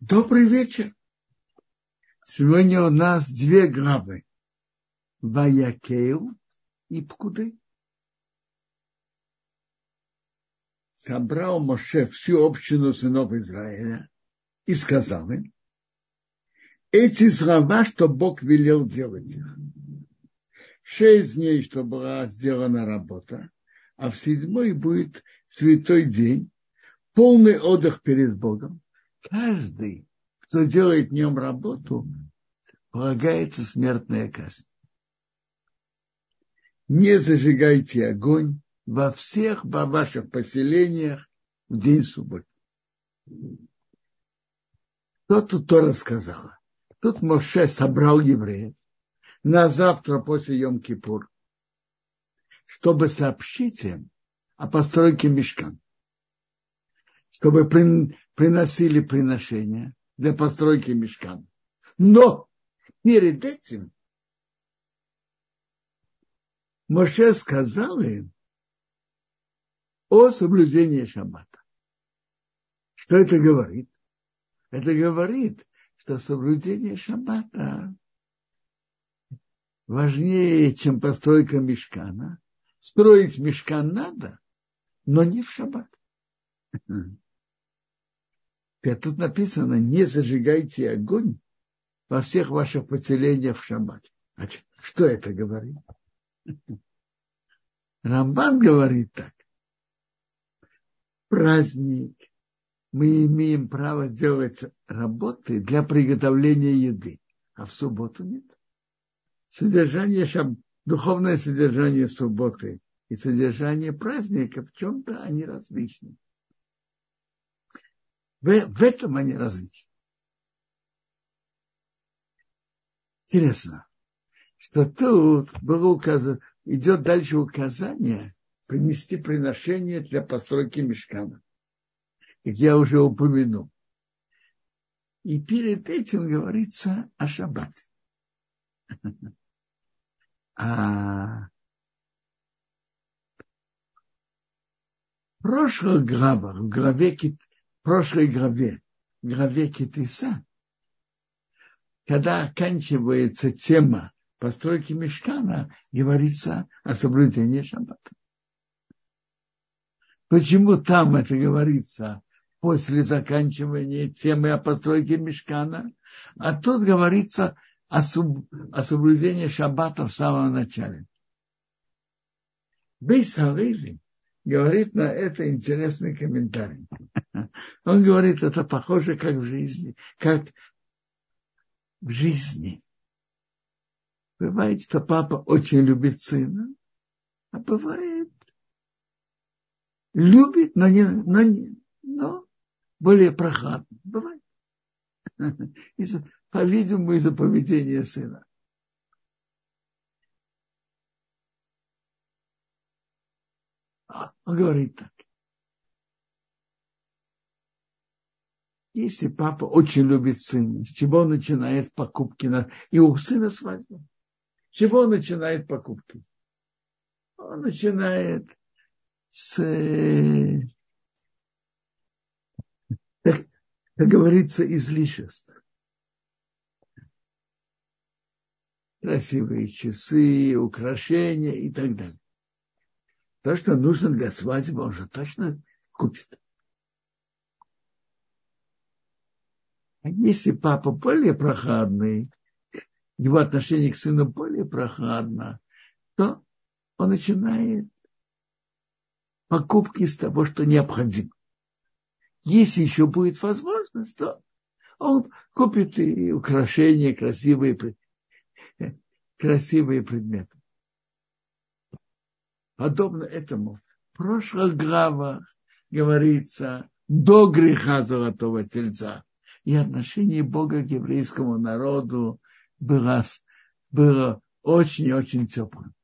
Добрый вечер. Сегодня у нас две главы. Ваякеу и Пкуды. Собрал Моше всю общину сынов Израиля и сказал им: эти слова, что Бог велел делать их. 6 дней, что была сделана работа, а в 7-й будет святой день, полный отдых перед Богом. Каждый, кто делает в нем работу, полагается смертная казнь. Не зажигайте огонь во всех ваших поселениях в день субботы. Что тут Тора сказала? Тут Моше собрал евреев на завтра после Йом-Кипур, чтобы сообщить им о постройке мишкана, чтобы приносили приношения для постройки мишкана. Но перед этим Моше сказал им о соблюдении шаббата. Что это говорит? Это говорит, что соблюдение шаббата важнее, чем постройка мишкана. Строить мишкан надо, но не в шаббат. Тут написано: не зажигайте огонь во всех ваших поселениях в шаббат. А что это говорит? Рамбан говорит так: праздник, мы имеем право делать работы для приготовления еды, а в субботу нет. Духовное содержание субботы и содержание праздника в чем-то они различны. В этом они различны. Интересно, что тут было указано, идет дальше указание принести приношение для постройки мишкана, как я уже упомянул. И перед этим говорится о шаббате. А в прошлых главах, прошлой главе Китиса, когда оканчивается тема постройки мишкана, говорится о соблюдении шаббата. Почему там это говорится после заканчивания темы о постройке мишкана, а тут говорится о соблюдении шаббата в самом начале? Бейс Халили говорит на это интересный комментарий. Он говорит, это похоже как в жизни. Бывает, что папа очень любит сына, а бывает любит, но более прохладно. Бывает. По-видимому, из-за поведения сына. Он говорит так: если папа очень любит сына, с чего он начинает покупки? И у сына свадьба. С чего он начинает покупки? Он начинает как говорится, излишеств. Красивые часы, украшения и так далее. То, что нужно для свадьбы, он же точно купит. А если папа более прохладный, его отношение к сыну более прохладно, то он начинает покупки с того, что необходимо. Если еще будет возможность, то он купит и украшения, красивые предметы. Подобно этому в прошлых главах говорится до греха золотого тельца. И отношение Бога к еврейскому народу было очень-очень теплым.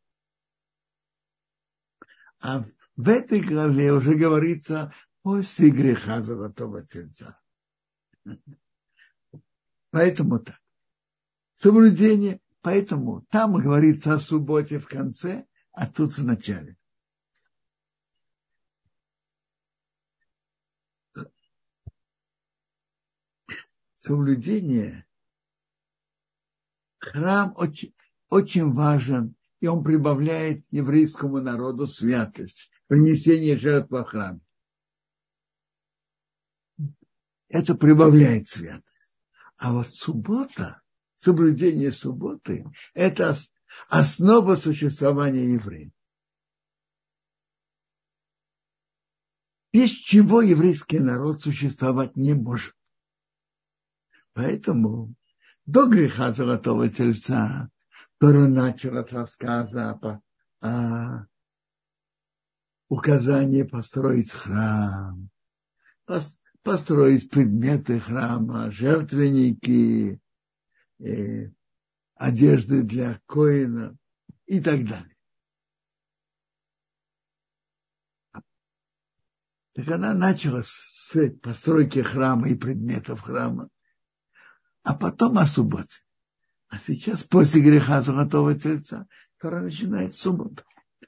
А в этой главе уже говорится после греха золотого тельца. Поэтому так. Соблюдение. Поэтому там говорится о субботе в конце, а тут в начале. соблюдение, храм очень, очень важен, и он прибавляет еврейскому народу святость, принесение жертв во храме. Это прибавляет святость. А вот суббота, соблюдение субботы, это основа существования евреев. Без чего еврейский народ существовать не может. Поэтому до греха Золотого Тельца Тора начала с рассказа о указании построить храм, построить предметы храма, жертвенники, одежды для коэна и так далее. Так она начала с постройки храма и предметов храма, а потом о субботе. А сейчас, после греха Золотого Тельца, Тора начинает с субботы.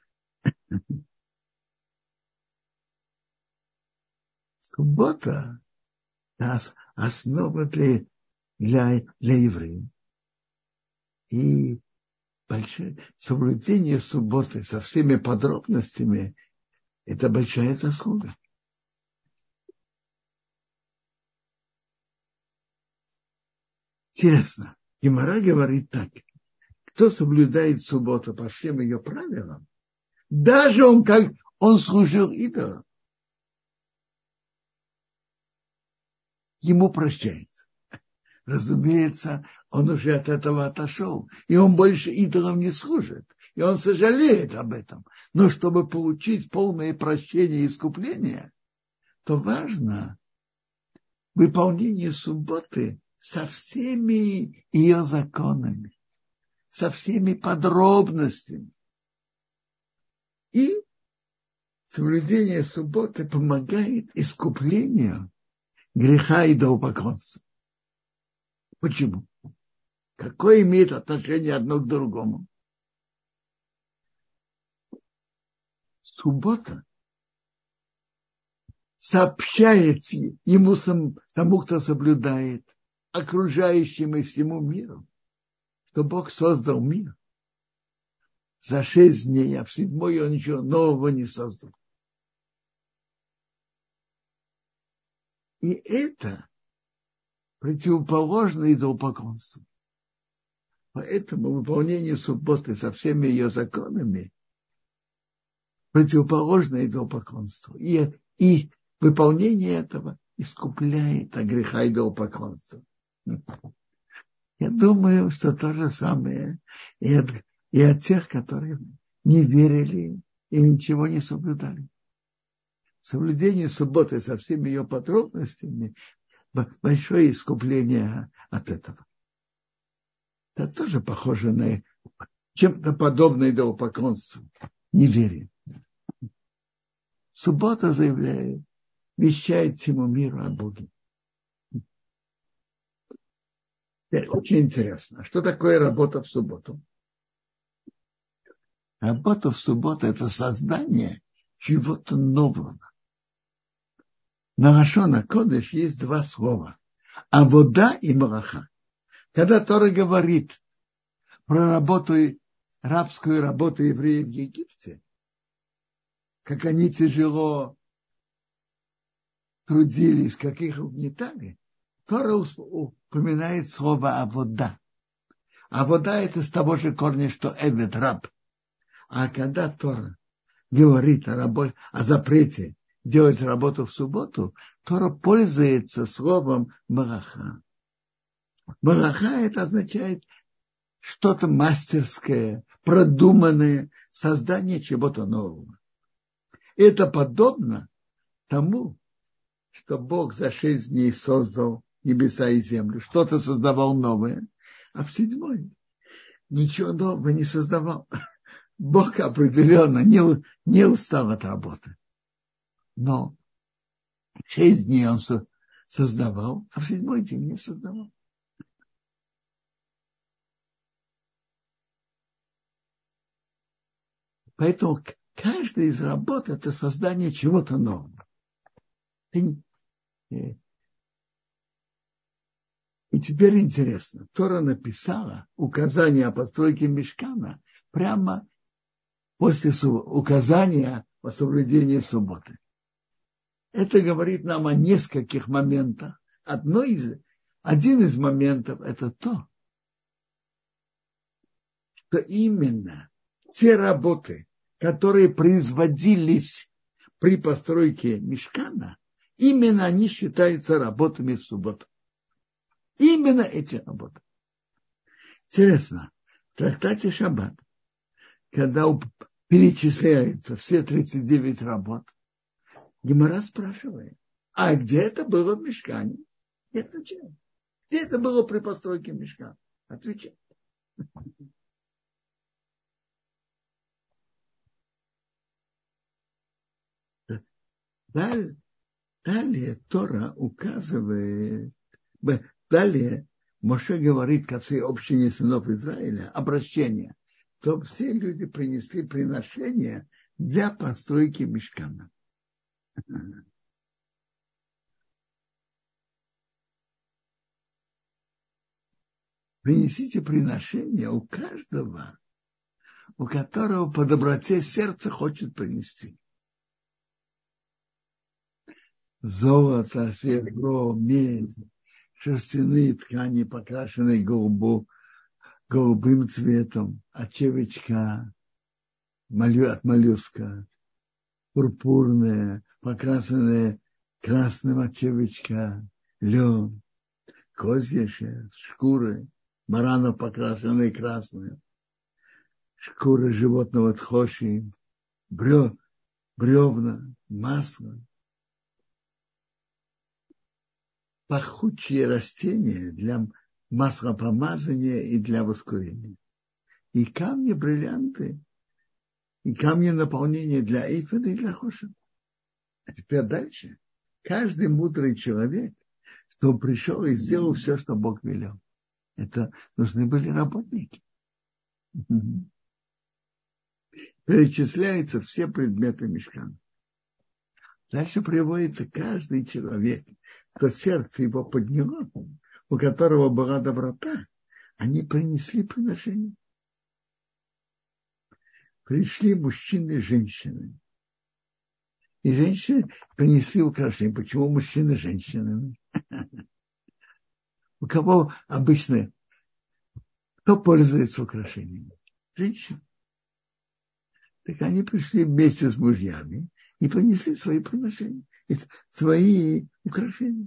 Суббота – основа для евреев. И большое соблюдение субботы со всеми подробностями – это большая заслуга. Интересно, Гемара говорит так: кто соблюдает субботу по всем ее правилам, даже он служил идолам, ему прощается. Разумеется, он уже от этого отошел, и он больше идолам не служит, и он сожалеет об этом. Но чтобы получить полное прощение и искупление, то важно выполнение субботы со всеми ее законами, со всеми подробностями. И соблюдение субботы помогает искуплению греха идолопоклонства. Почему? Какое имеет отношение одно к другому? Суббота сообщает ему, тому, кто соблюдает, окружающим и всему миру, что Бог создал мир за 6 дней, а в 7-й он ничего нового не создал. И это противоположно идолопоклонству. Поэтому выполнение субботы со всеми ее законами противоположно идолопоклонству. И выполнение этого искупляет от греха идолопоклонства. Я думаю, что то же самое и от тех, которые не верили и ничего не соблюдали. Соблюдение субботы со всеми ее подробностями – большое искупление от этого. Это тоже похоже на чем-то подобное идолопоклонству. Неверие. Суббота заявляет, вещает всему миру о Боге. Очень интересно, что такое работа в субботу? Работа в субботу – это создание чего-то нового. На лашон а-кодеш есть 2 слова – авода и малаха. Когда Тора говорит про рабскую работу евреев в Египте, как они тяжело трудились, как их угнетали, Тора упоминает слово авода. Авода – это с того же корня, что эвед, раб. А когда Тора говорит о запрете делать работу в субботу, Тора пользуется словом малаха. Малаха – это означает что-то мастерское, продуманное, создание чего-то нового. Это подобно тому, что Бог за 6 дней создал небеса и землю, что-то создавал новое, а в 7-й ничего нового не создавал. Бог определенно не устал от работы. Но 6 дней он создавал, а в 7-й день не создавал. Поэтому каждая из работ – это создание чего-то нового. теперь интересно. Тора написала указание о постройке мишкана прямо после указания о соблюдении субботы. Это говорит нам о нескольких моментах. Один из моментов – это то, что именно те работы, которые производились при постройке мишкана, именно они считаются работами в субботу. Именно эти работы. Интересно, в трактате Шаббат, когда перечисляются все 39 работ, Гемара спрашивает, а где это было в мишкане? И отвечает, где это было при постройке мишкана? Отвечает. Далее Тора указывает, далее Моше говорит ко всей общине сынов Израиля обращение, чтобы все люди принесли приношение для постройки мишкана. Принесите приношение у каждого, у которого по доброте сердца хочет принести. Золото, серебро, медь, шерстяные ткани, покрашенные голубым цветом, от червячка, от моллюска, пурпурные, покрашенные красным от червячка, лен, козья шерсть, шкуры, баранов, покрашенные красным, шкуры животного тхоши, бревна, масло, пахучие растения для маслопомазания и для воскурения. И камни, бриллианты, и камни наполнения для эйфода и для хоша. А теперь дальше. Каждый мудрый человек, кто пришел и сделал все, что Бог велел. Это нужны были работники. Перечисляются все предметы мишкана. Дальше приводится каждый человек, кто сердце его подняло, у которого была доброта, они принесли приношение. Пришли мужчины и женщины. И женщины принесли украшения. Почему мужчины женщинами? У кого обычно, кто пользуется украшениями? Женщины. Так они пришли вместе с мужьями и принесли свои приношения, свои украшения.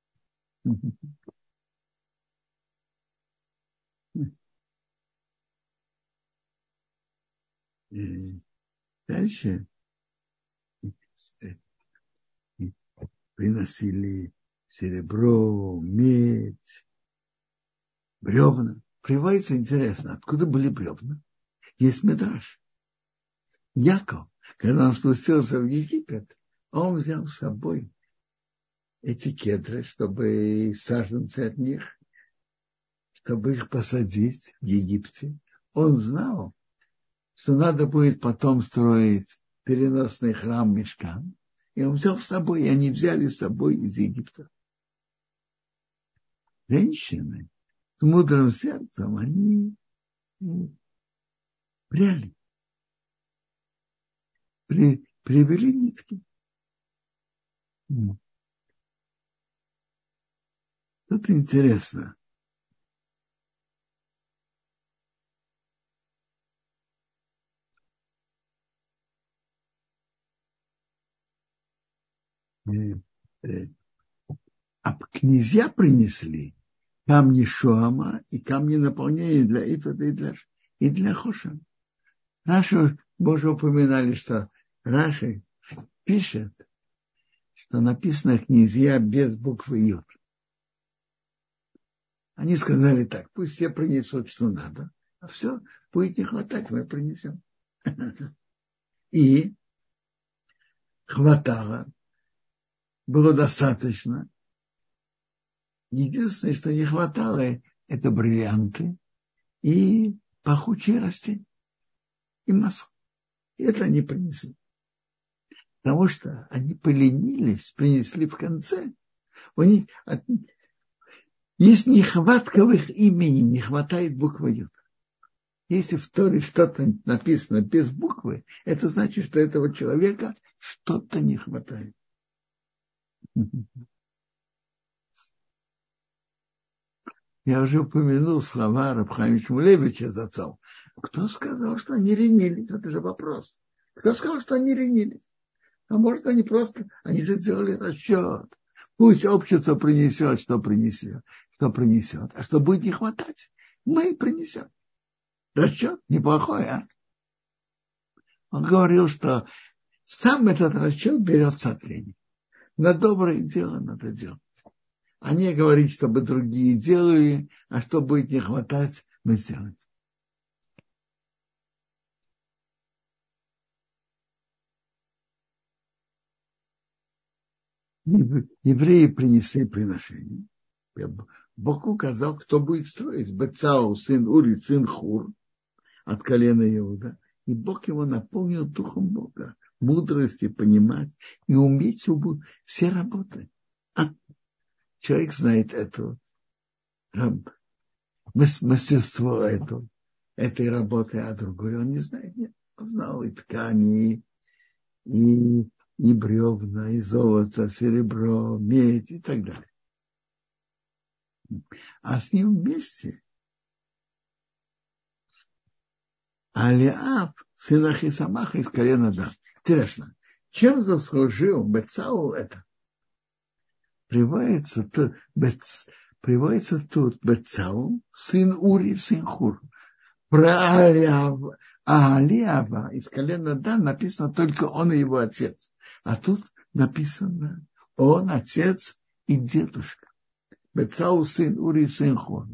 Дальше приносили серебро, медь, бревна. Приводится интересно, откуда были бревна. Есть мидраш. Яков, когда он спустился в Египет, он взял с собой эти кедры, чтобы саженцы от них, чтобы их посадить в Египте. Он знал, что надо будет потом строить переносный храм Мишкан. И он взял с собой, и они взяли с собой из Египта. Женщины с мудрым сердцем, они пряли, привели нитки. Тут интересно. А князья принесли камни Шоама и камни наполнения для Ифада и для Хоша. Раши, мы уже упоминали, что Раши пишет, что написано князья без буквы Йод. Они сказали так, пусть все принесут, что надо, а все будет не хватать, мы принесем. И хватало, было достаточно. Единственное, что не хватало, это бриллианты и пахучие растения, и масло. И это они принесли. Потому что они поленились, принесли в конце. Есть нехватка в их имени, не хватает буквы Юд. Если в Торе что-то написано без буквы, это значит, что этого человека что-то не хватает. Я уже упомянул слова Рав Хаим Шмулевича за отцом. Кто сказал, что они ленились? Это же вопрос. Кто сказал, что они ленились? А может, они просто, они же сделали расчет. Пусть общество принесет, что принесет. А что будет не хватать, мы принесем. Расчет неплохой, а? Он говорил, что сам этот расчет берется от лени. На доброе дело надо делать. А не говорить, чтобы другие делали, а что будет не хватать, мы сделаем. Евреи принесли приношение. Бог указал, кто будет строить. Бецау, сын Ури, сын Хур, от колена Иуда. И Бог его наполнил духом Бога, мудрости, понимать и уметь все работы. Человек знает это, мастерство этой работы, а другой он не знает. Нет. Он знал и ткани, и бревна, и золото, серебро, медь и так далее. А с ним вместе Алиав, сын Ахисамаха из колена Дан. Интересно, чем заслужил Бецау это? Приводится тут Бецау, сын Ури, сын Хур. Про Алиава из колена Дан написано только он и его отец. А тут написано он, отец и дедушка. Бецау, сын Ури, сын Хур.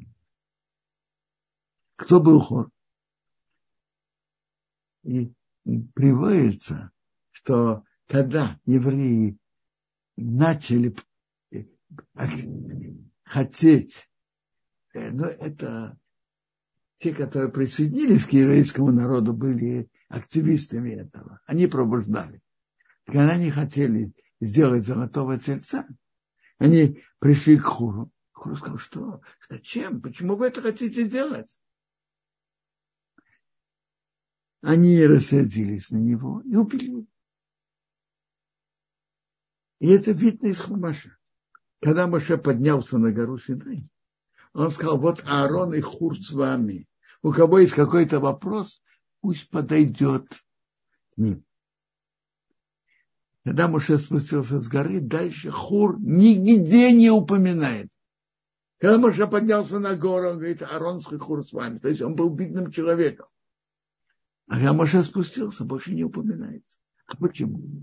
Кто был Хур? И приводится, что когда евреи начали хотеть, это те, которые присоединились к еврейскому народу, были активистами этого. Они пробуждали. Когда они хотели сделать золотого тельца, они пришли к Хуру. Хур сказал, что? Зачем? Почему вы это хотите сделать? Они рассердились на него и убили. И это видно из Хумаша. Когда Моше поднялся на гору Синай, он сказал, вот Аарон и Хур с вами. У кого есть какой-то вопрос, пусть подойдет к ним. Когда Моше спустился с горы, дальше Хур нигде не упоминает. Когда Моше поднялся на гору, он говорит, Аарон и Хур с вами. То есть он был видным человеком. А когда Моше спустился, больше не упоминается. А почему?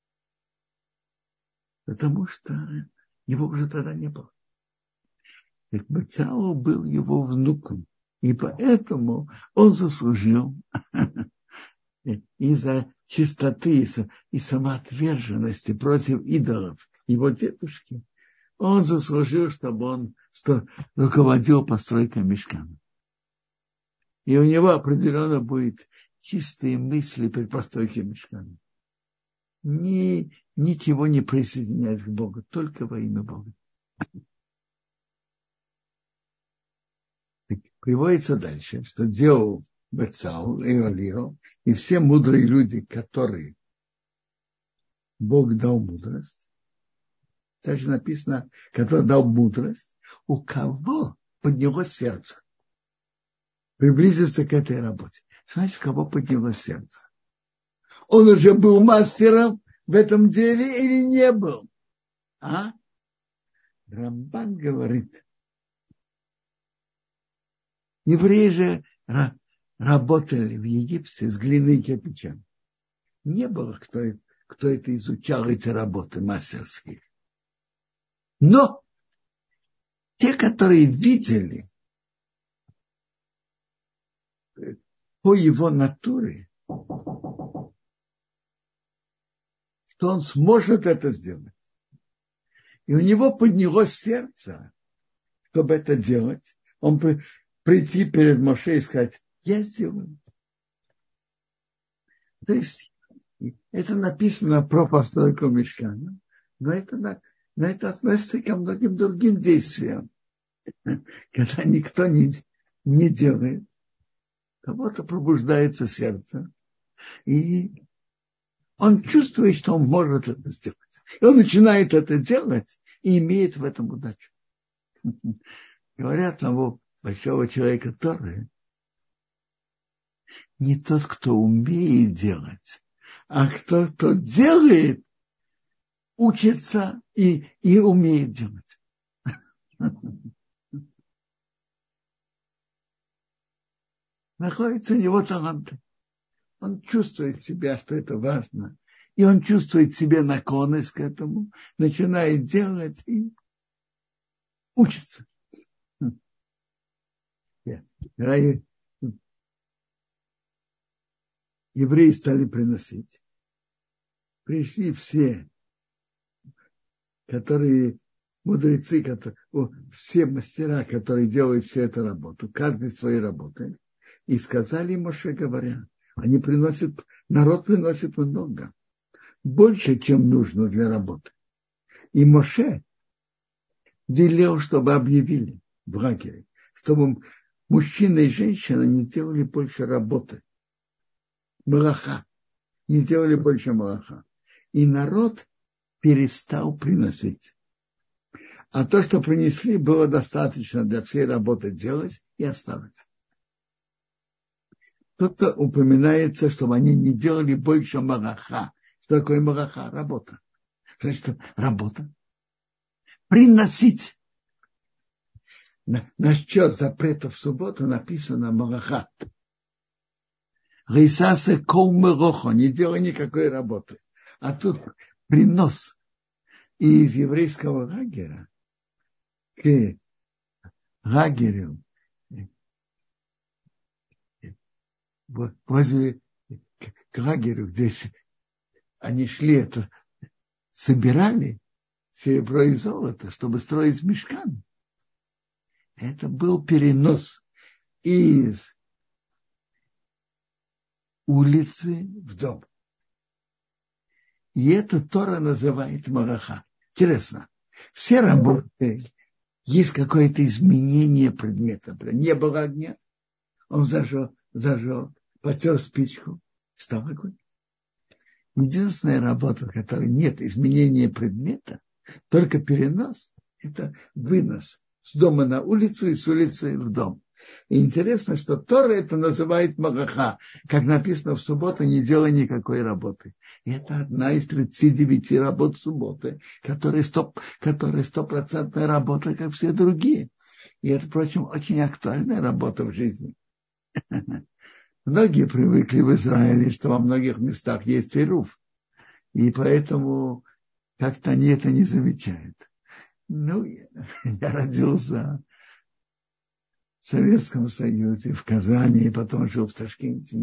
Потому что его уже тогда не было. Бецау был его внуком. И поэтому он заслужил из-за чистоты и самоотверженности против идолов его дедушки. Он заслужил, чтобы он руководил постройкой мишкана. И у него определенно будет чистые мысли при постройке мишкана. Ничего не присоединять к Богу, только во имя Бога. Приводится дальше, что делал Бецау и Олио, и все мудрые люди, которые Бог дал мудрость, также написано, который дал мудрость, у кого поднялось сердце приблизиться к этой работе. Значит, у кого поднялось сердце? Он уже был мастером в этом деле или не был? А? Рамбан говорит, евреи же работали в Египте с глиной и кирпичами. Не было, кто это изучал, эти работы мастерские. Но те, которые видели по его натуре, что он сможет это сделать. И у него поднялось сердце, чтобы это делать. Он прийти перед Моше и сказать, я сделаю. То есть это написано про постройку мишкана, но это относится ко многим другим действиям. Когда никто не делает, кого-то пробуждается сердце, и он чувствует, что он может это сделать. И он начинает это делать и имеет в этом удачу. Говорят того большого человека Торы, не тот, кто умеет делать, а кто делает, учится и умеет делать. Находится у него таланты. Он чувствует себя, что это важно. И он чувствует себе наклонность к этому, начинает делать и учится. Когда евреи стали приносить, пришли все, которые мудрецы, все мастера, которые делают всю эту работу, каждый своей работой, и сказали Моше, говоря, они приносят, народ приносит много, больше, чем нужно для работы. И Моше велел, чтобы объявили в лагере, чтобы мужчина и женщина не делали больше работы. Малаха. Не делали больше малаха. И народ перестал приносить. А то, что принесли, было достаточно для всей работы делать и осталось. Тут-то упоминается, чтобы они не делали больше малаха. Что такое малаха? Работа. Что работа? Приносить. На счет запретов в субботу написано малаха. Рейсасе кол мерохо, не делай никакой работы. А тут принос из еврейского лагеря к лагерю возле к лагерю, где они шли, это собирали серебро и золото, чтобы строить мишкан. Это был перенос из улицы в дом. И это Тора называет малаха. Интересно, все работы, есть какое-то изменение предмета. Не было огня, он зажег, потер спичку, стал огонь. Единственная работа, в которой нет изменения предмета, только перенос, это вынос с дома на улицу и с улицы в дом. И интересно, что Тора это называет малаха, как написано в субботу, не делай никакой работы. И это одна из 39 работ субботы, которая стопроцентная работа, как все другие. И это, впрочем, очень актуальная работа в жизни. Многие привыкли в Израиле, что во многих местах есть ируф, и поэтому как-то они это не замечают. Ну, я родился в Советском Союзе, в Казани, и потом жил в Ташкенте.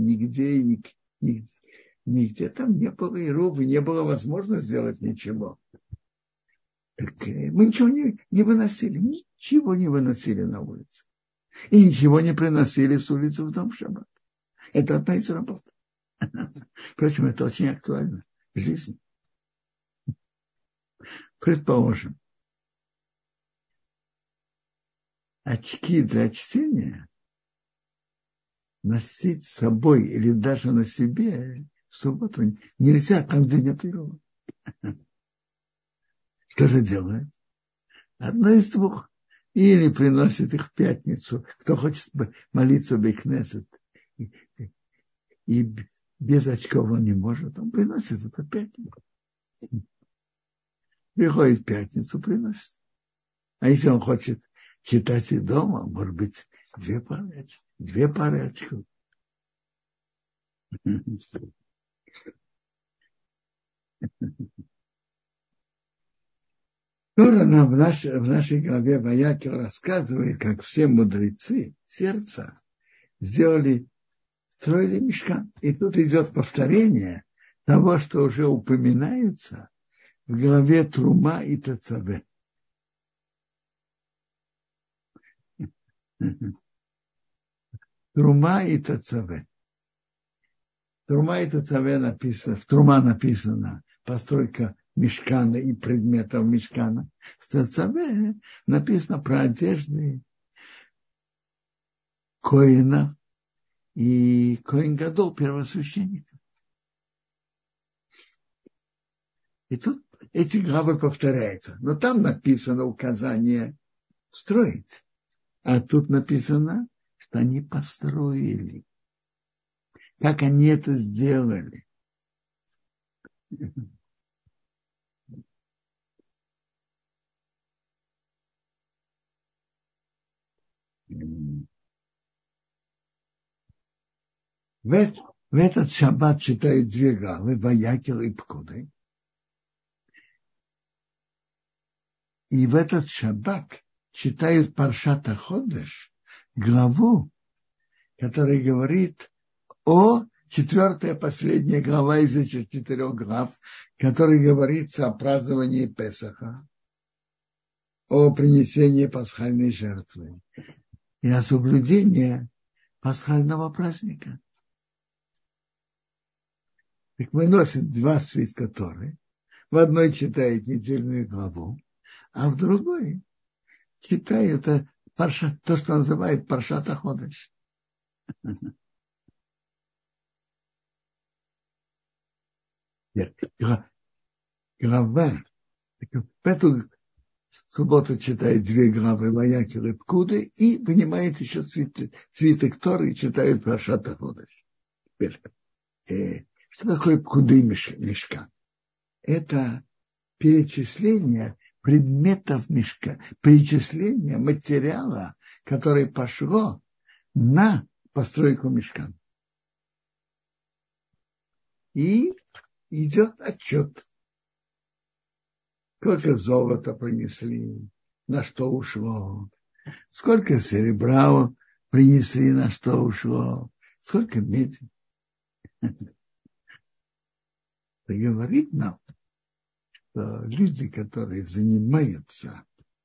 Нигде там не было ируфа, не было возможности сделать ничего. Так мы ничего не выносили на улице. И ничего не приносили с улицы в дом в шаббат. Это одна из работ. Впрочем, это очень актуально в жизни. Предположим, очки для чтения носить с собой или даже на себе в субботу нельзя, там, где нет ируфа. Что же делает? Одно из двух. Или приносит их в пятницу, кто хочет молиться бейкнесет, и без очков он не может, он приносит это в пятницу. Приходит в пятницу, приносит. А если он хочет читать и дома, может быть, две пары очков. Тора нам в нашей главе Ваякер рассказывает, как все мудрецы сердца строили мишкан. И тут идет повторение того, что уже упоминается в главе Трума и Тецаве. Трума и Тецаве. Трума и Тецаве написано, в Трума написано постройка мишкана и предметов мишкана. В Цецаве написано про одежды коинов и коин гадол, первосвященника. И тут эти главы повторяются. Но там написано указание строить. А тут написано, что они построили. Как они это сделали. В этот шаббат читают две главы, Ваякел и Пкуды. И в этот шаббат читают Паршат ха-Ходеш, главу, которая говорит о четвертая последняя глава из этих 4 глав, которая говорится о праздновании Песаха, о принесении пасхальной жертвы и о соблюдении пасхального праздника. Так выносят 2 свитка Торы. В одной читают недельную главу, а в другой читают то, что называют Паршат ха-Ходеш. Глава. В эту субботу читает 2 главы Ваякел и Пкуды и понимает еще свиток Торы и читает Паршат ха-Ходеш. Теперь, что такое Пкуды мишкан? Это перечисление предметов мишка, перечисление материала, который пошло на постройку мишкана. И идет отчет. Сколько золота принесли, на что ушло, сколько серебра принесли, на что ушло, сколько меди. Это говорит нам, что люди, которые занимаются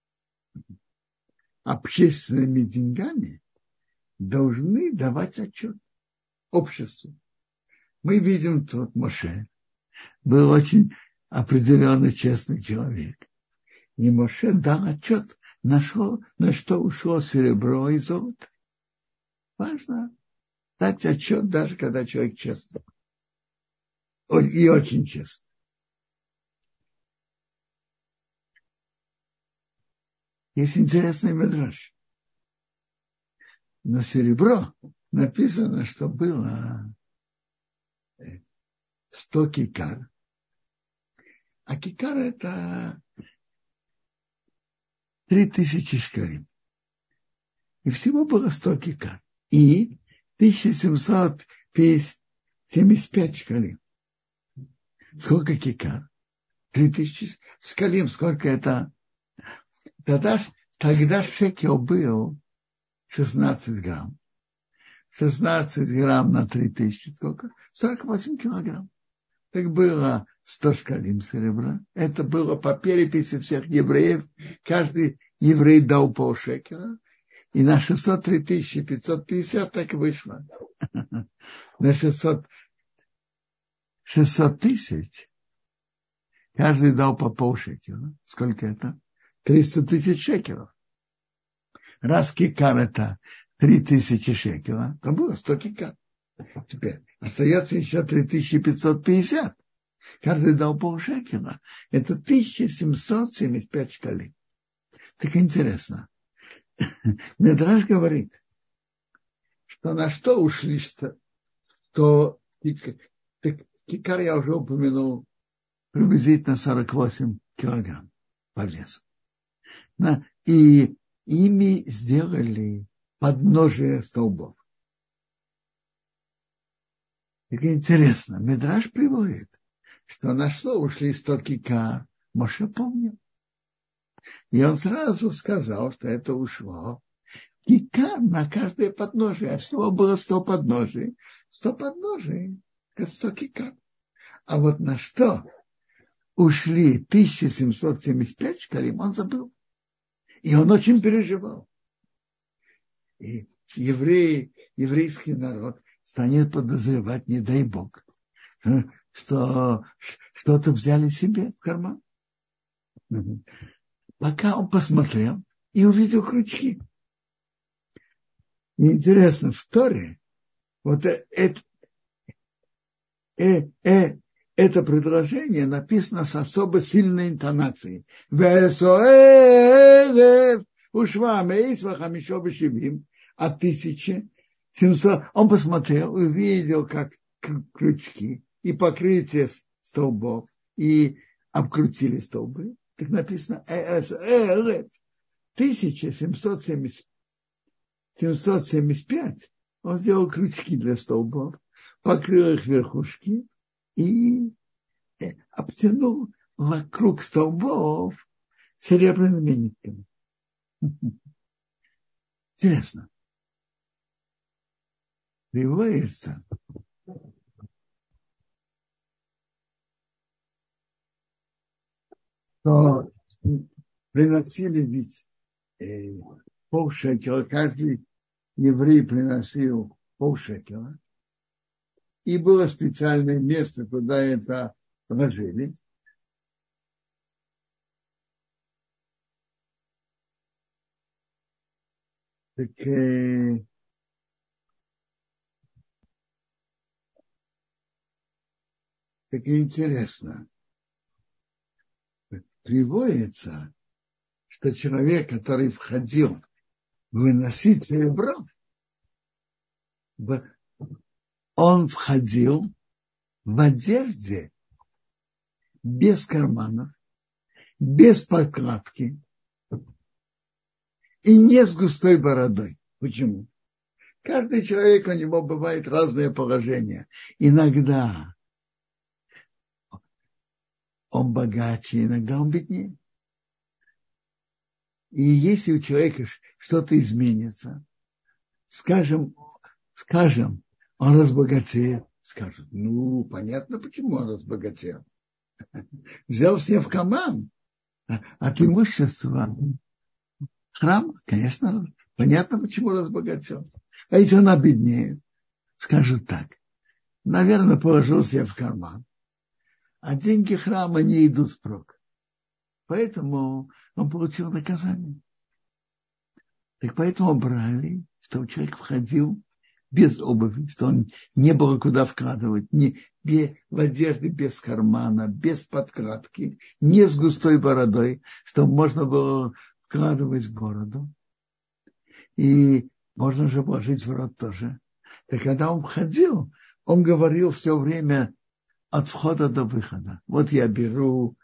общественными деньгами, должны давать отчет обществу. Мы видим тут Моше. Был очень определенный честный человек. И Моше дал отчет, на что ушло серебро и золото. Важно дать отчет, даже когда человек честный. И очень честный. Есть интересный мидраш. На серебро написано, что было 100 кикар. А кикар это 3000 шкалим. И всего было 100 кикар. И 1775 шкалим. Сколько кикар? 3000 шкалим. Сколько это? Тогда шекел был 16 грамм. 16 грамм на 3000. Сколько? 48 килограмм. Так было 100 шкалим серебра. Это было по переписи всех евреев. Каждый еврей дал полшекела. И на 603 550 так и вышло. На 600 тысяч каждый дал по полшекела. Сколько это? 300 000 шекелов. Раз кикар это 3000 шекелов, то было 100 кикар. Теперь остается еще 3550. Каждый дал полшекела. Это 1775 шкалей. Так интересно. Мидраш говорит, что на что ушли, что кикар я уже упомянул, приблизительно 48 килограмм по весу. И ими сделали подножие столбов. Так интересно, Мидраш приводит, что на что ушли 100 кикар, Моше помнил. И он сразу сказал, что это ушло кикар на каждое подножие. А всего было 100 подножий. 100 подножий – это 100 кикар. А вот на что ушли 1775 шкалим, он забыл. И он очень переживал. И еврейский народ станет подозревать, не дай Бог, что что-то взяли себе в карман. Пока он посмотрел и увидел крючки. И интересно, в Торе вот это предложение написано с особо сильной интонацией. От 1700. Он посмотрел, увидел, как крючки и покрытие столбов, и обкрутили столбы. Так написано 1775. Он сделал крючки для столбов, покрыл их верхушки и обтянул вокруг столбов серебряными нитками. Интересно. Приводится, что приносили ведь полшекела, каждый еврей приносил полшекела, и было специальное место, куда это ложили. Так, так интересно. Приводится, что человек, который входил выносить серебро, он входил в одежде без карманов, без подкладки и не с густой бородой. Почему? Каждый человек, у него бывает разное положение. Иногда он богаче, иногда он беднее. И если у человека что-то изменится, скажем, он разбогатеет, скажут, понятно, почему он разбогател. Взял себе в карман от имущества храм, конечно, понятно, почему разбогател. А если он обеднеет, скажут так, наверное, положил себе в карман, а деньги храма не идут впрок. Поэтому он получил наказание. Так поэтому брали, чтобы человек входил без обуви, что он не было куда вкладывать, в одежде без кармана, без подкладки, не с густой бородой, чтобы можно было вкладывать в бороду. И можно же положить в рот тоже. Так когда он входил, он говорил все время от входа до выхода. Вот я беру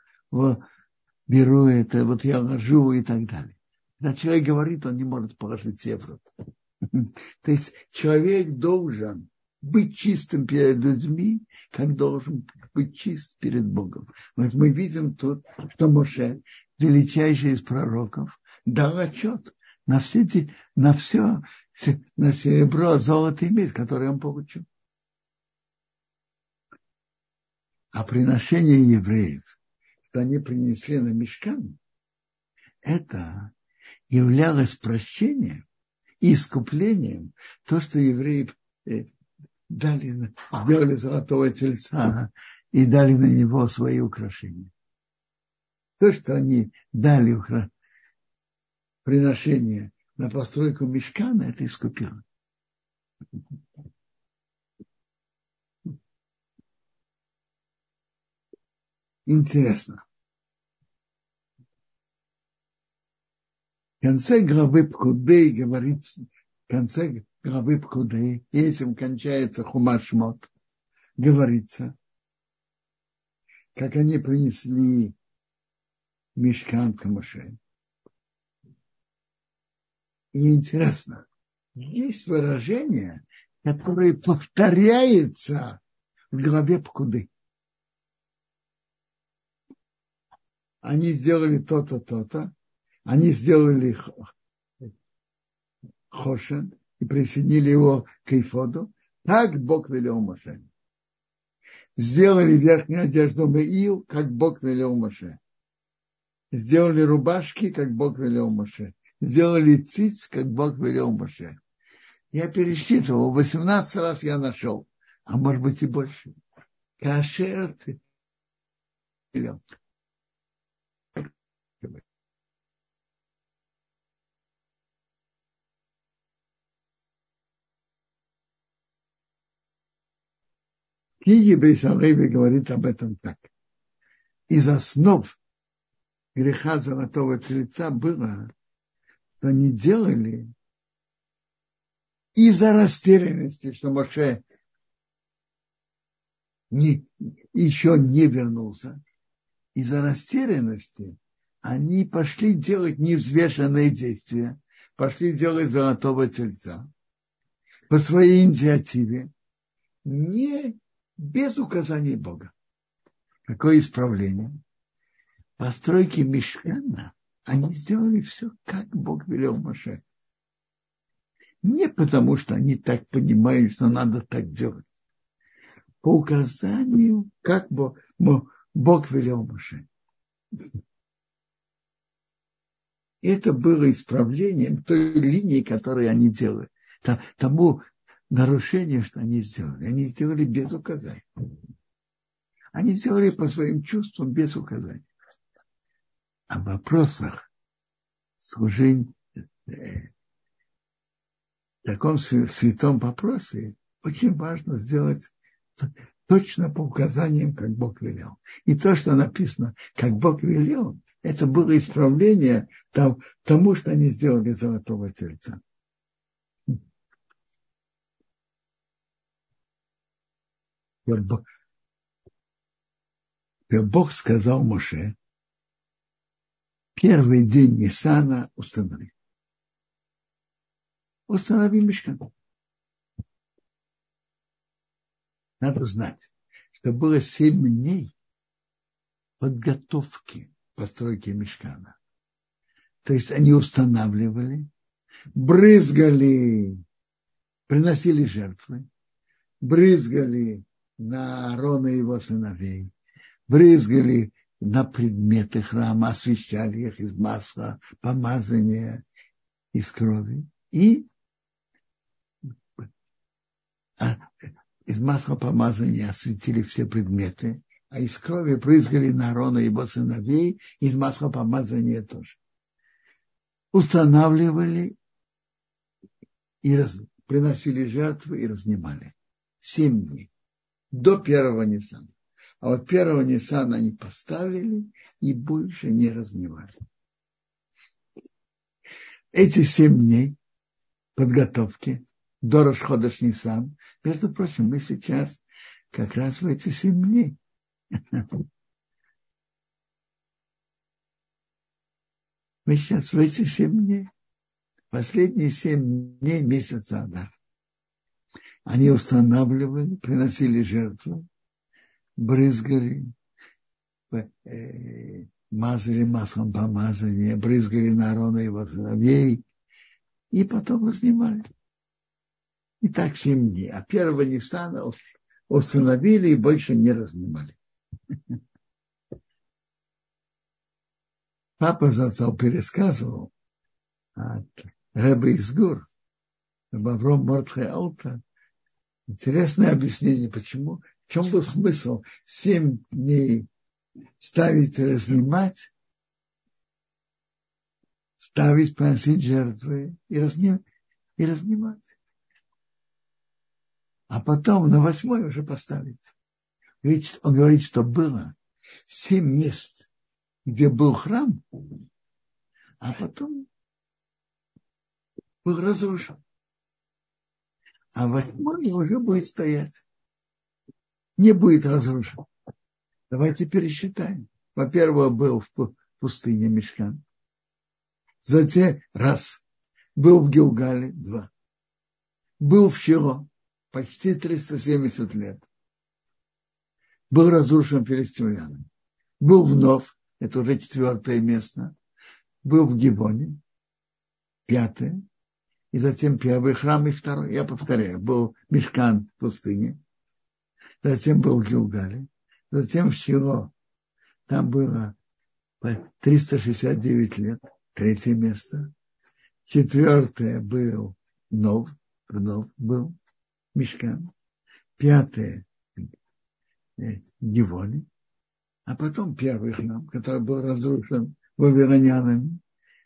это, вот я ложу и так далее. Когда человек говорит, он не может положить себе в рот. То есть человек должен быть чистым перед людьми, как должен быть чист перед Богом. Вот мы видим тут, что Моше, величайший из пророков, дал отчет на серебро, золото и медь, которые он получил. А приношение евреев, что они принесли на мишкан, это являлось прощением и искуплением, то, что евреи сделали золотого тельца и дали на него свои украшения. То, что они дали приношение на постройку мишкана, это искупило. Интересно. В конце главы Пкудей говорится, и этим кончается Хумаш Шмот, говорится, как они принесли мишкан к Моше. И интересно, есть выражение, которое повторяется в главе Пкуды. Они сделали то-то, то-то, они сделали хошен и присоединили его к эфоду. Так Бог велел Моше. Сделали верхнюю одежду Меил, как Бог велел Моше. Сделали рубашки, как Бог велел Моше. Сделали циц, как Бог велел Моше. Я пересчитывал, 18 раз я нашел, а может быть и больше. Кашер книге Бейсарейбе говорит об этом так. Из основ греха золотого тельца было, что они делали из-за растерянности, что Моше еще не вернулся. Из-за растерянности они пошли делать невзвешенные действия, пошли делать золотого тельца по своей инициативе, не без указаний Бога. Какое исправление? Постройки мишкана, они сделали все, как Бог велел Моше. Не потому, что они так понимают, что надо так делать. По указанию, как Бог велел Моше. Это было исправлением той линии, которую они делали. Тому нарушению, что они сделали. Они сделали без указаний. Они сделали по своим чувствам без указаний. А в вопросах служения, в таком святом вопросе, очень важно сделать точно по указаниям, как Бог велел. И то, что написано, как Бог велел, это было исправление тому, что они сделали золотого тельца. Бог сказал Моше, первый день Ниссана установи. Установи мишкан. Надо знать, что было 7 дней подготовки постройки мишкана. То есть они устанавливали, брызгали, приносили жертвы, брызгали на Аарона и его сыновей, брызгали на предметы храма, освещали их из масла, помазания, из крови. И из масла помазания осветили все предметы, а из крови брызгали на Аарона и его сыновей, из масла помазания тоже. Устанавливали и приносили жертвы и разнимали. 7 дней. До первого Ниссана. А вот первого Ниссана они поставили и больше не разнимали. Эти 7 дней подготовки до Рош ходеш Нисан, между прочим, мы сейчас как раз в эти 7 дней. Мы сейчас в эти 7 дней. Последние 7 дней месяца Адар. Они устанавливали, приносили жертву, брызгали, мазали маслом помазания, брызгали на Аарона и его сыновей, и потом разнимали. И так 7 дней. А первого Ниссана установили и больше не разнимали. Папа зацал пересказывал от Ребе из Гур, Авром Мордхай Алта. Интересное объяснение, почему, в чем был смысл 7 дней ставить и разнимать, ставить, приносить жертвы и разнимать. А потом на 8-й уже поставить. Он говорит, что было 7 мест, где был храм, а потом был разрушен. А 8-й уже будет стоять. Не будет разрушен. Давайте пересчитаем. Во-первых, был в пустыне Мишкан. Затем был в Гилгале 2. Был в Шило почти 370 лет. Был разрушен филистимлянами. Был в Нов, это уже 4-е место. Был в Гивоне, 5-е. И затем 1-й храм и 2-й. Я повторяю, был Мишкан в пустыне. Затем был в Гилгале. Затем в Шило. Там было 369 лет. 3-е место. 4-е был Нов был Мишкан. 5-е неволе, а потом первый храм, который был разрушен вавилонянами.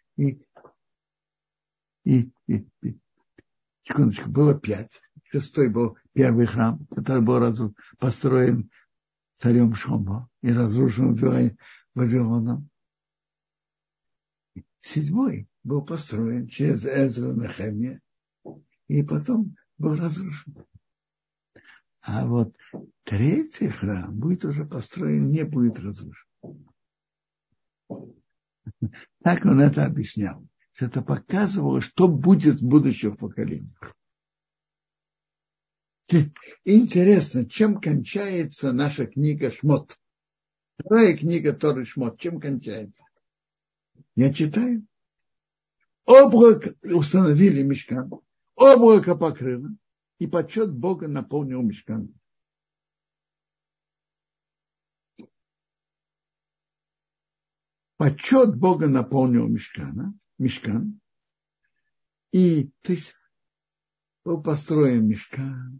Секундочку, было 5. 6 был первый храм, который был построен царем Шломо и разрушен Вавилоном. 7 был построен через Эзру Нехемия и потом был разрушен. А вот 3 храм будет уже построен, не будет разрушен. Так он это объяснял. Что это показывало, что будет в будущих поколениях. Интересно, чем кончается наша книга Шмот? 2 книга Торы Шмот, чем кончается? Я читаю. Облако установили мишкан, облако покрыло, и почет Бога наполнил мишкан. Почет Бога наполнил мишкан. И то есть был построен мишкан.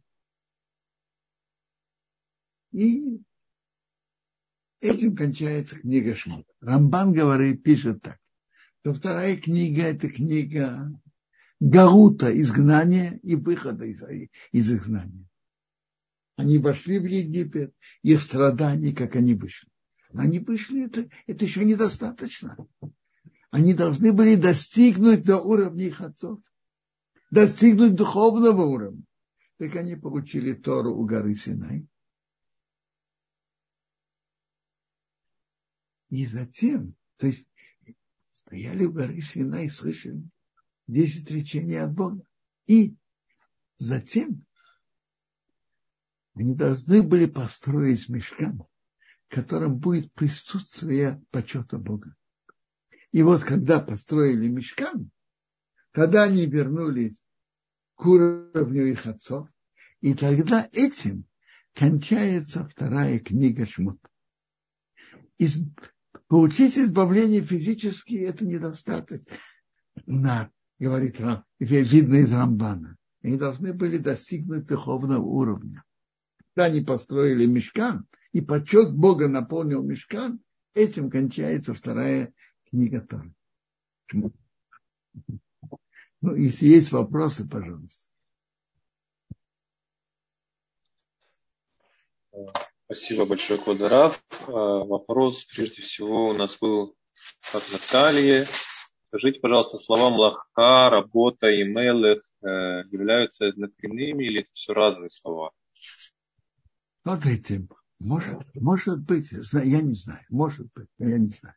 И этим кончается книга Шмот. Рамбан пишет так, что 2 книга – это книга Галута, изгнания и выхода из изгнания. Они вошли в Египет, их страданий, как они вышли. Они вышли, это еще недостаточно. Они должны были достигнуть до уровня их отцов, достигнуть духовного уровня. Так они получили Тору у горы Синай. И затем, то есть стояли у горы Синай и слышали 10 речений от Бога. И затем они должны были построить мишкан, в котором будет присутствие почета Бога. И вот когда построили мишкан, когда они вернулись к уровню их отцов, и тогда этим кончается 2 книга Шмот. Получить избавление физически – это недостаточно, говорит видно из Рамбана. Они должны были достигнуть духовного уровня. Когда они построили мишкан, и почет Бога наполнил мишкан, этим кончается 2 книга Торы. Ну, если есть вопросы, пожалуйста. Спасибо большое, Квоад Рав. Вопрос, прежде всего, у нас был от Натальи. Скажите, пожалуйста, слова млаха, работа и мелех являются однокоренными или это все разные слова? Смотрите, может быть, я не знаю, может быть, я не знаю.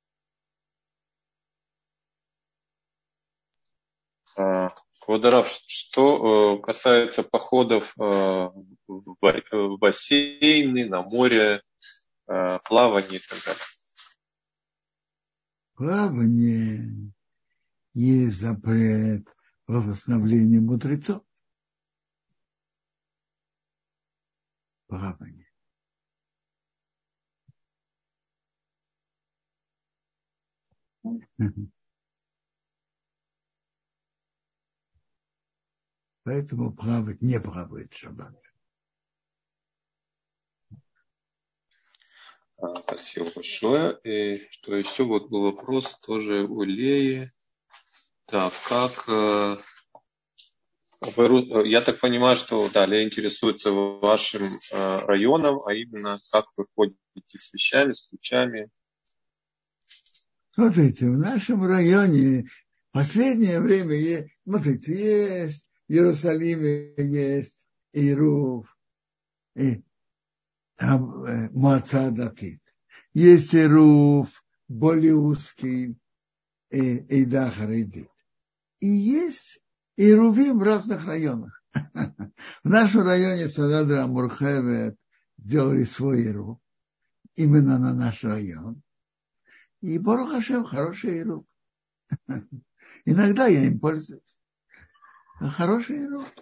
Квоад Рав, что касается походов в бассейны, на море, плавание и так далее? Плавание есть запрет по восстановлению мудрецов. Плавание. Поэтому плавать не плавает в шаббат. Спасибо большое. И что еще? Вот был вопрос тоже у Леи. Так, как... Я так понимаю, что да, Лея интересуется вашим районом, а именно как вы ходите с вещами, с ключами. Смотрите, в нашем районе в последнее время, смотрите, есть в Иерусалиме, есть Ирув, Моаца Датит. Есть Ирув, более узкий, Эйда Харидит. И есть Ирувим в разных районах. В нашем районе Цададра Мурхевет сделали свой Ирув, именно на наш район. И Борух Хашем хороший Ирув. Иногда я им пользуюсь. Хороший Ирув.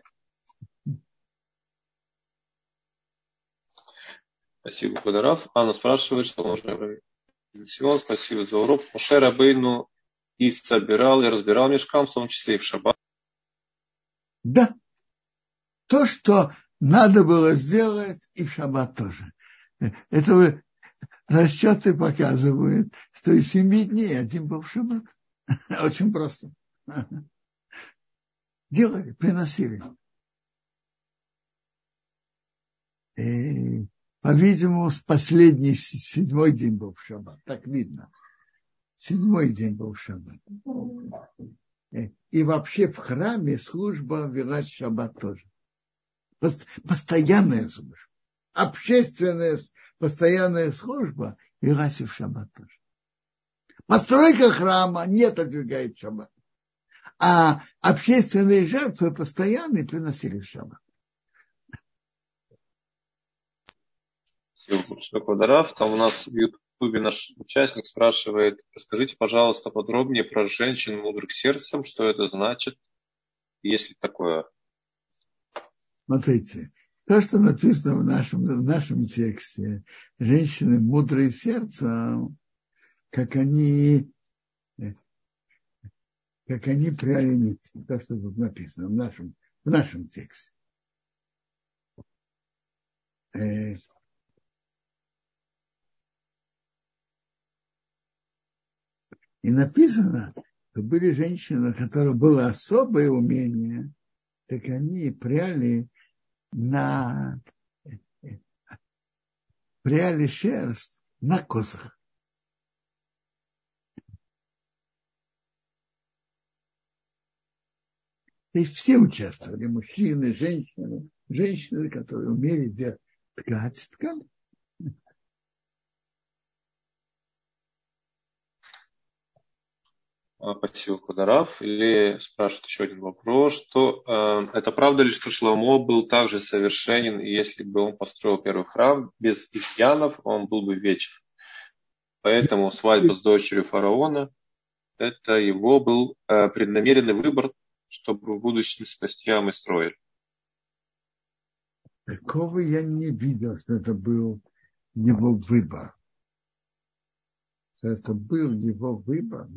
Спасибо, Квоад Рав. Анна спрашивает, что можно... Спасибо за урок. Моше Рабейну и собирал, и разбирал мишкан, в том числе и в шаббат. Да. То, что надо было сделать, и в шаббат тоже. Это расчеты показывают, что из 7 дней один был в шаббат. Очень просто. Делали, приносили. И, по-видимому, последний 7 день был в шаббат. Так видно. 7 день был в шаббат. И вообще в храме служба велась в шаббат тоже. Постоянная служба. Общественная постоянная служба велась и в шаббат тоже. Постройка храма не отодвигает шаббат. А общественные жертвы постоянные приносили в шаббат. Спасибо большое, Квадорав. Там у нас в Ютубе наш участник спрашивает: расскажите, пожалуйста, подробнее про женщин мудрых сердцем, что это значит, есть ли такое? Смотрите, то, что написано в нашем тексте, женщины мудрые сердцем, как они пряли нити. То, что тут написано в нашем тексте. И написано, что были женщины, у которых было особое умение, так они пряли шерсть на козах. То есть все участвовали, мужчины, женщины, которые умели ткать ткань. Спасибо, Квадорав. Или спрашивает еще один вопрос, что это правда ли, что Шломо был также совершенен, и если бы он построил первый храм без изъянов, он был бы вечен. Поэтому свадьба с дочерью фараона – это его был преднамеренный выбор, чтобы в будущем спасти Ам Исроэль. Такого я не видел, что это был его выбор. Что это был его выбор,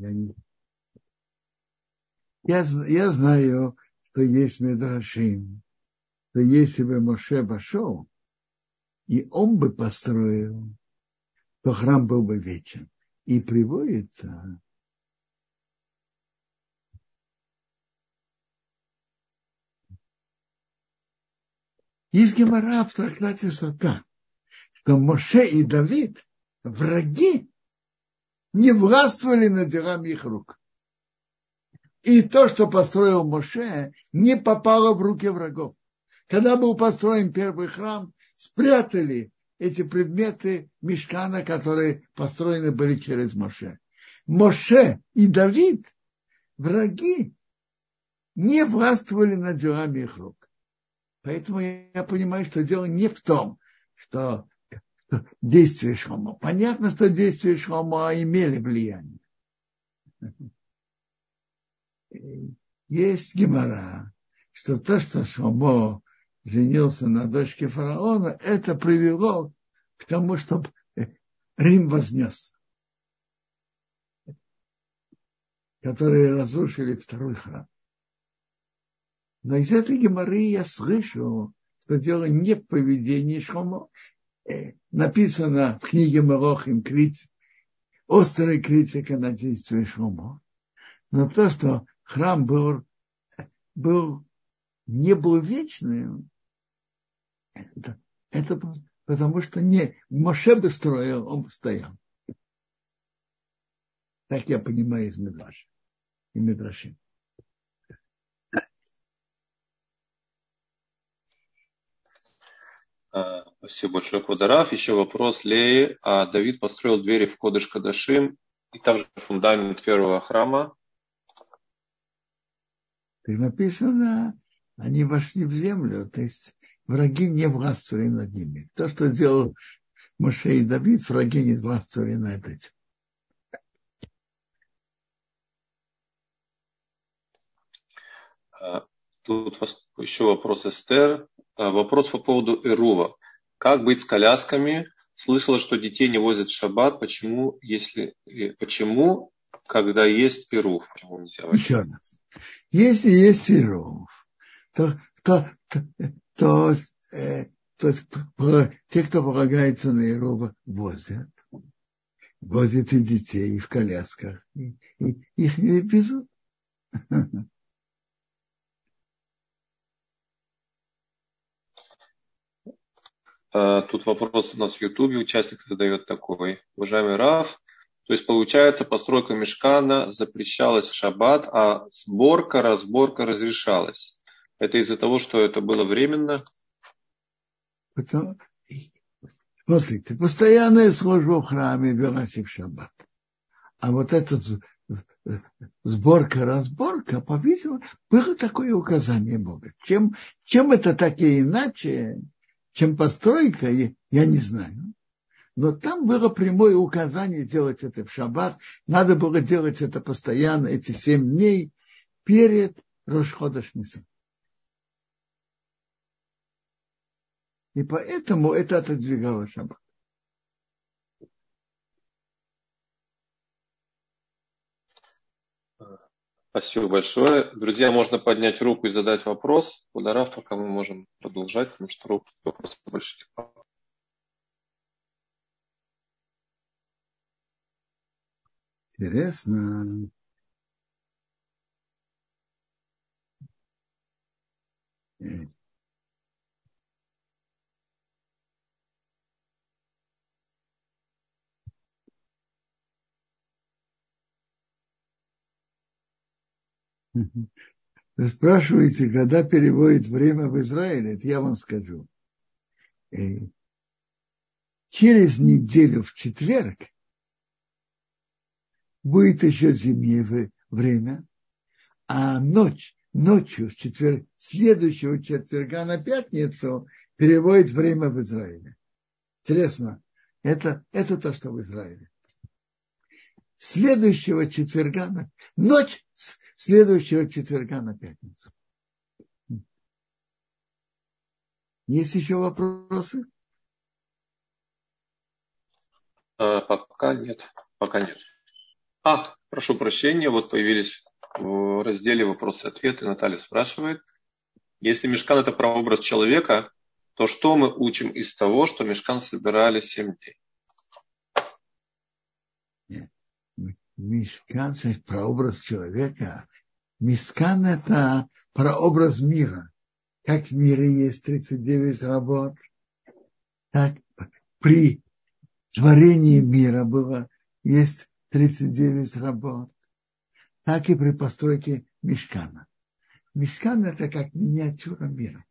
я знаю, что есть Мидрашим, что если бы Моше пошел, и он бы построил, то храм был бы вечен. И приводится, есть гемара в трактате Сота, что Моше и Давид, враги, не властвовали над делами их рук. И то, что построил Моше, не попало в руки врагов. Когда был построен первый храм, спрятали эти предметы мишкана, которые построены были через Моше. Моше и Давид, враги, не властвовали над делами их рук. Поэтому я понимаю, что дело не в том, что действия Шломо. Понятно, что действия Шломо имели влияние. Есть гемара, что то, что Шломо женился на дочке фараона, это привело к тому, чтобы Рим вознесся, которые разрушили второй храм. Но из этой гемары я слышу, что дело не в поведении Шломо. Написано в книге Мелохим острая критика на действие Шломо. Но то, что храм не был вечным, это потому что Моше бы строил, он бы стоял. Так я понимаю из Мидраша и Мидрашим. Спасибо большое, Квадорав. Еще вопрос Леи. Давид построил двери в Кодеш Кодашим и также фундамент первого храма. Так написано, они вошли в землю, то есть враги не властвовали над ними. То, что делал Моше и Давид, враги не властвовали над этим. Тут еще вопрос Эстер. Вопрос по поводу Эрува. Как быть с колясками? Слышала, что детей не возят в шаббат. Почему, когда есть Эрув? Еще раз. Если есть Эрув, то То есть те, кто полагается на Иерова, возят и детей, и в колясках, и их везут. Тут вопрос у нас в Ютубе, участник задает такой. Уважаемый Рав, то есть получается, постройка мишкана запрещалась в шаббат, а сборка, разборка разрешалась. Это из-за того, что это было временно? Смотрите, постоянная служба в храме велась и в шаббат. А вот эта сборка-разборка, по-видимому, было такое указание Бога. Чем это так и иначе, чем постройка, я не знаю. Но там было прямое указание делать это в шаббат. Надо было делать это постоянно, эти 7 дней перед Рош ходеш Нисан. И поэтому это отодвигало шаббат. Спасибо большое. Друзья, можно поднять руку и задать вопрос. Ударав, пока мы можем продолжать, потому что вопросов больше нет. Интересно. Вы спрашиваете, когда переводит время в Израиле? Это я вам скажу. Через неделю в четверг будет еще зимнее время, а ночью следующего четверга на пятницу переводит время в Израиле. Интересно, это то, что в Израиле. Ночь следующего четверга на пятницу. Есть еще вопросы? Пока нет. Пока нет. Прошу прощения, вот появились в разделе вопросы и ответы. Наталья спрашивает. Если мишкан это прообраз человека, то что мы учим из того, что мишкан собирали 7 дней? Нет. Мишкан, значит, прообраз человека. Мишкан – это прообраз мира. Как в мире есть 39 работ, так при творении мира есть 39 работ, так и при постройке мишкана. Мишкан – это как миниатюра мира.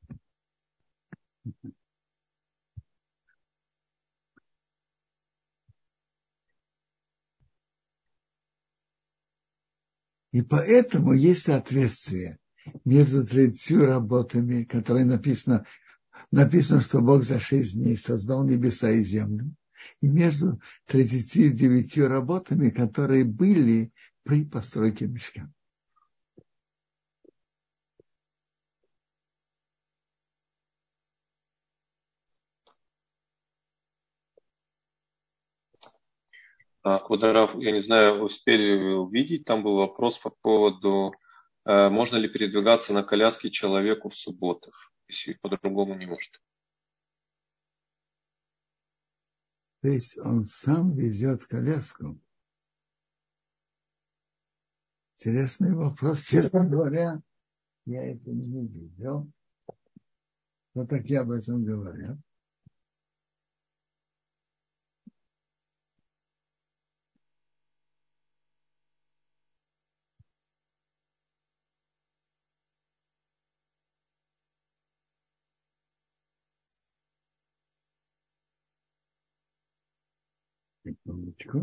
И поэтому есть соответствие между 30 работами, которые написано, что Бог за 6 дней создал небеса и землю, и между 39 работами, которые были при постройке мишкана. Квадрат, я не знаю, успели вы увидеть, там был вопрос по поводу, можно ли передвигаться на коляске человеку в субботу, если по-другому не может. То есть он сам везет коляску. Интересный вопрос. Честно говоря, я это не видел. Но так я об этом говорю. Секундочку.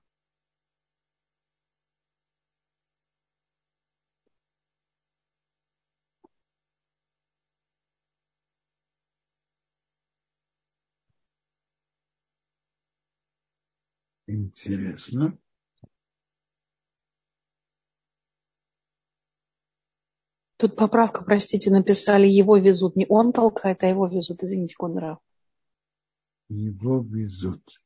Интересно. Тут поправка, простите, написали, его везут. Не он толкает, а его везут. Извините, Конрав. Его везут.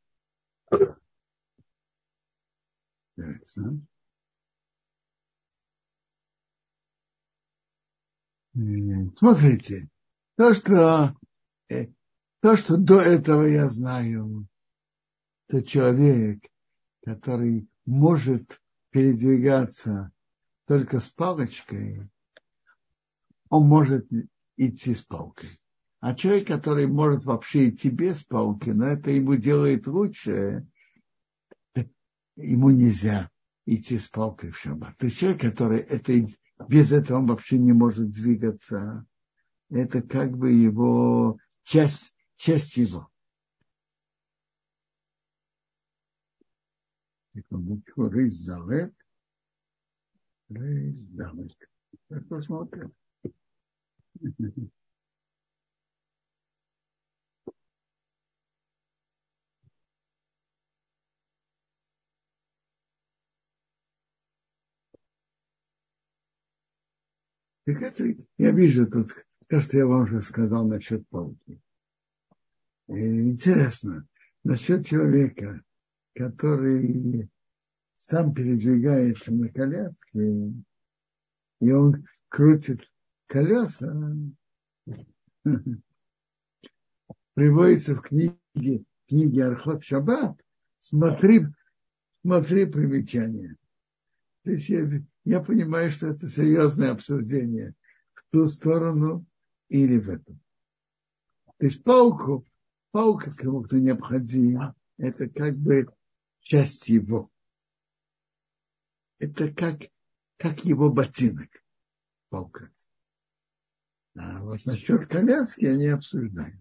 Интересно. Смотрите, то, что То, что до этого я знаю, это человек, который может передвигаться только с палочкой, он может идти с палкой. А человек, который может вообще идти без палки, но это ему делает лучше, ему нельзя идти с палкой в шаббат. То есть человек, который без этого он вообще не может двигаться, это как бы его часть его. Рейс Далет. Посмотрим. Так это, я вижу тут, то, что я вам уже сказал насчет палки. Интересно, насчет человека, который сам передвигается на коляске, и он крутит колеса, приводится в книге Архот Шаббат, смотри примечания. То есть я понимаю, что это серьезное обсуждение в ту сторону или в эту. То есть палка кому-то необходима, это как бы часть его. Это как его ботинок, палка. А вот насчет коляски они обсуждают.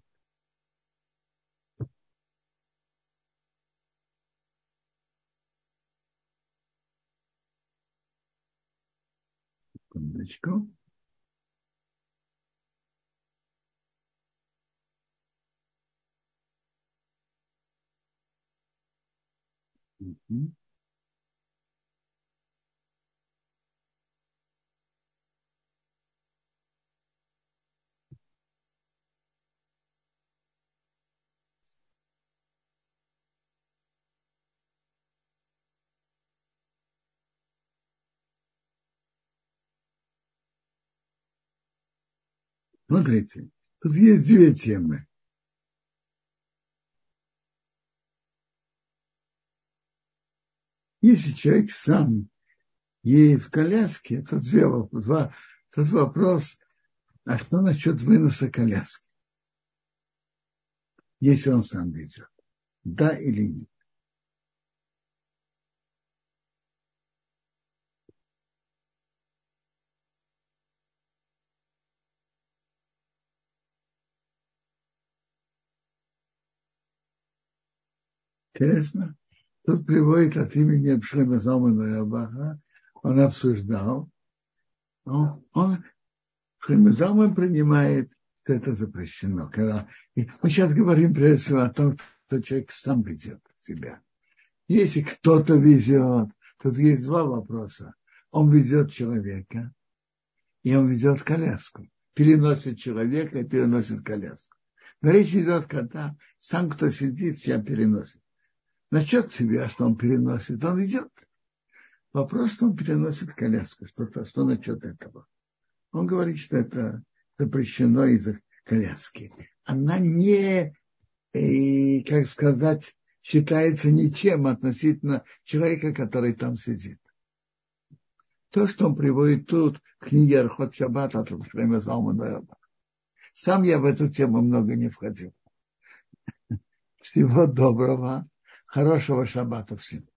Секундочку. Смотрите, тут есть две темы. Если человек сам едет в коляске, это тот вопрос, а что насчет выноса коляски, если он сам ведет, да или нет? Интересно. Тут приводит от имени Шлема Залмана Рабаха, он обсуждал, Шлема Залман принимает, что это запрещено. Мы сейчас говорим прежде всего о том, что человек сам ведет себя. Если кто-то везет, тут есть два вопроса. Он везет человека, и он везет коляску. Переносит человека и переносит коляску. Но речь идет, когда сам, кто сидит, себя переносит. Насчет себя, что он переносит, он идет. Вопрос, что он переносит коляску. Что насчет этого? Он говорит, что это запрещено из-за коляски. Она не, как сказать, считается ничем относительно человека, который там сидит. То, что он приводит тут, в книге Архот Шаббат от Шлема Залмана Рабаха. Сам я в эту тему много не входил. Всего доброго, хорошего шаббата всем.